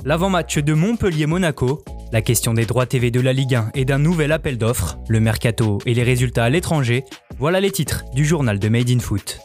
L'avant-match de Montpellier-Monaco, la question des droits TV de la Ligue 1 et d'un nouvel appel d'offres, le mercato et les résultats à l'étranger, voilà les titres du journal de Made in Foot.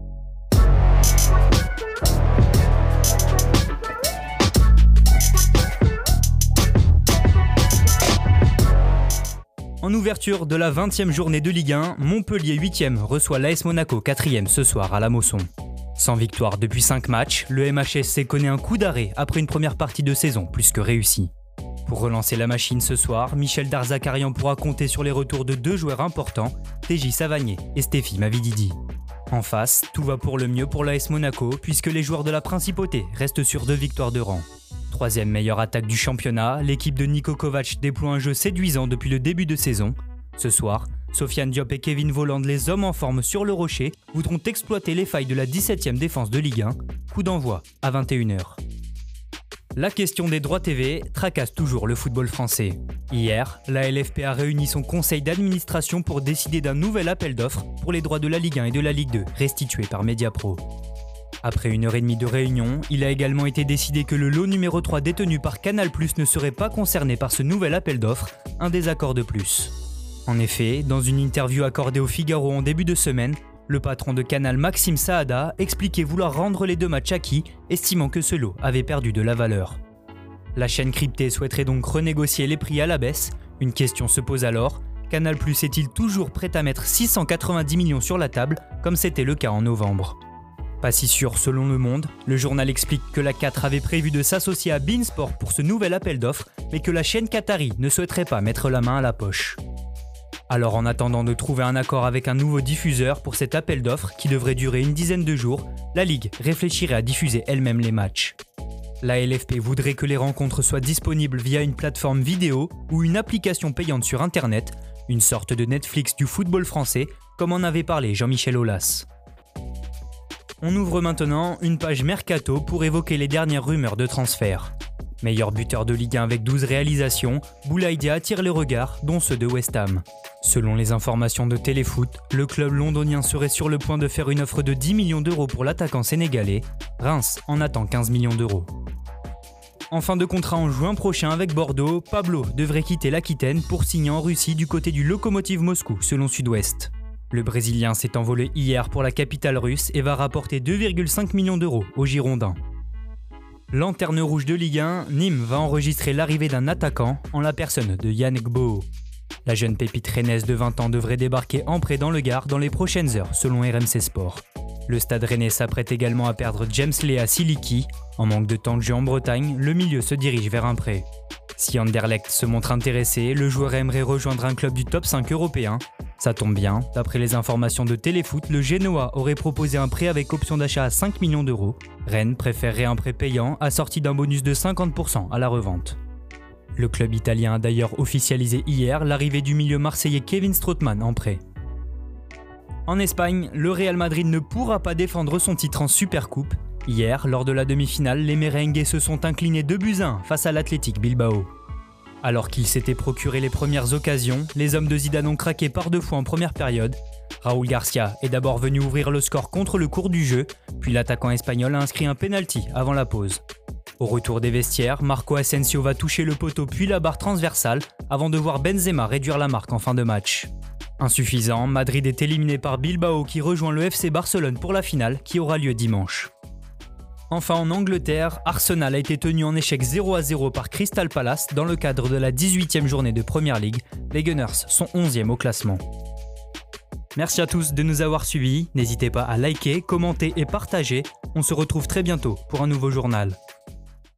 En ouverture de la 20e journée de Ligue 1, Montpellier 8e reçoit l'AS Monaco 4e ce soir à la Mosson. Sans victoire depuis 5 matchs, le MHSC connaît un coup d'arrêt après une première partie de saison plus que réussie. Pour relancer la machine ce soir, Michel Darzacarian pourra compter sur les retours de 2 joueurs importants, TJ Savanier et Stéphie Mavididi. En face, tout va pour le mieux pour l'AS Monaco puisque les joueurs de la Principauté restent sur 2 victoires de rang. 3e meilleure attaque du championnat, l'équipe de Niko Kovac déploie un jeu séduisant depuis le début de saison. Ce soir, Sofiane Diop et Kevin Volland, les hommes en forme sur le rocher, voudront exploiter les failles de la 17e défense de Ligue 1. Coup d'envoi à 21h. La question des droits TV tracasse toujours le football français. Hier, la LFP a réuni son conseil d'administration pour décider d'un nouvel appel d'offres pour les droits de la Ligue 1 et de la Ligue 2, restitués par Mediapro. Après 1h30 de réunion, il a également été décidé que le lot numéro 3 détenu par Canal+ ne serait pas concerné par ce nouvel appel d'offres, un désaccord de plus. En effet, dans une interview accordée au Figaro en début de semaine, le patron de Canal, Maxime Saada, expliquait vouloir rendre les 2 matchs acquis, estimant que ce lot avait perdu de la valeur. La chaîne cryptée souhaiterait donc renégocier les prix à la baisse. Une question se pose alors, Canal+ est-il toujours prêt à mettre 690 millions sur la table, comme c'était le cas en novembre ? Pas si sûr selon Le Monde, le journal explique que la 4 avait prévu de s'associer à beIN Sport pour ce nouvel appel d'offres, mais que la chaîne qatari ne souhaiterait pas mettre la main à la poche. Alors en attendant de trouver un accord avec un nouveau diffuseur pour cet appel d'offres qui devrait durer une dizaine de jours, la Ligue réfléchirait à diffuser elle-même les matchs. La LFP voudrait que les rencontres soient disponibles via une plateforme vidéo ou une application payante sur Internet, une sorte de Netflix du football français, comme en avait parlé Jean-Michel Aulas. On ouvre maintenant une page Mercato pour évoquer les dernières rumeurs de transfert. Meilleur buteur de Ligue 1 avec 12 réalisations, Boulaïdia attire les regards, dont ceux de West Ham. Selon les informations de Téléfoot, le club londonien serait sur le point de faire une offre de 10 millions d'euros pour l'attaquant sénégalais. Reims en attend 15 millions d'euros. En fin de contrat en juin prochain avec Bordeaux, Pablo devrait quitter l'Aquitaine pour signer en Russie du côté du Lokomotiv Moscou, selon Sud-Ouest. Le Brésilien s'est envolé hier pour la capitale russe et va rapporter 2,5 millions d'euros aux Girondins. Lanterne rouge de Ligue 1, Nîmes va enregistrer l'arrivée d'un attaquant en la personne de Yannick Boho. La jeune pépite rennaise de 20 ans devrait débarquer en prêt dans le Gard dans les prochaines heures, selon RMC Sport. Le Stade Rennais s'apprête également à perdre James Lea Siliki. En manque de temps de jeu en Bretagne, le milieu se dirige vers un prêt. Si Anderlecht se montre intéressé, le joueur aimerait rejoindre un club du top 5 européen. Ça tombe bien, d'après les informations de Téléfoot, le Genoa aurait proposé un prêt avec option d'achat à 5 millions d'euros. Rennes préférerait un prêt payant assorti d'un bonus de 50% à la revente. Le club italien a d'ailleurs officialisé hier l'arrivée du milieu marseillais Kevin Strootman en prêt. En Espagne, le Real Madrid ne pourra pas défendre son titre en Supercoupe. Hier, lors de la demi-finale, les merengues se sont inclinés 2-1 face à l'Athletic Bilbao. Alors qu'ils s'étaient procuré les premières occasions, les hommes de Zidane ont craqué par 2 fois en première période. Raúl Garcia est d'abord venu ouvrir le score contre le cours du jeu, puis l'attaquant espagnol a inscrit un penalty avant la pause. Au retour des vestiaires, Marco Asensio va toucher le poteau puis la barre transversale avant de voir Benzema réduire la marque en fin de match. Insuffisant, Madrid est éliminé par Bilbao qui rejoint le FC Barcelone pour la finale qui aura lieu dimanche. Enfin en Angleterre, Arsenal a été tenu en échec 0-0 par Crystal Palace dans le cadre de la 18e journée de Premier League. Les Gunners sont 11e au classement. Merci à tous de nous avoir suivis, n'hésitez pas à liker, commenter et partager. On se retrouve très bientôt pour un nouveau journal.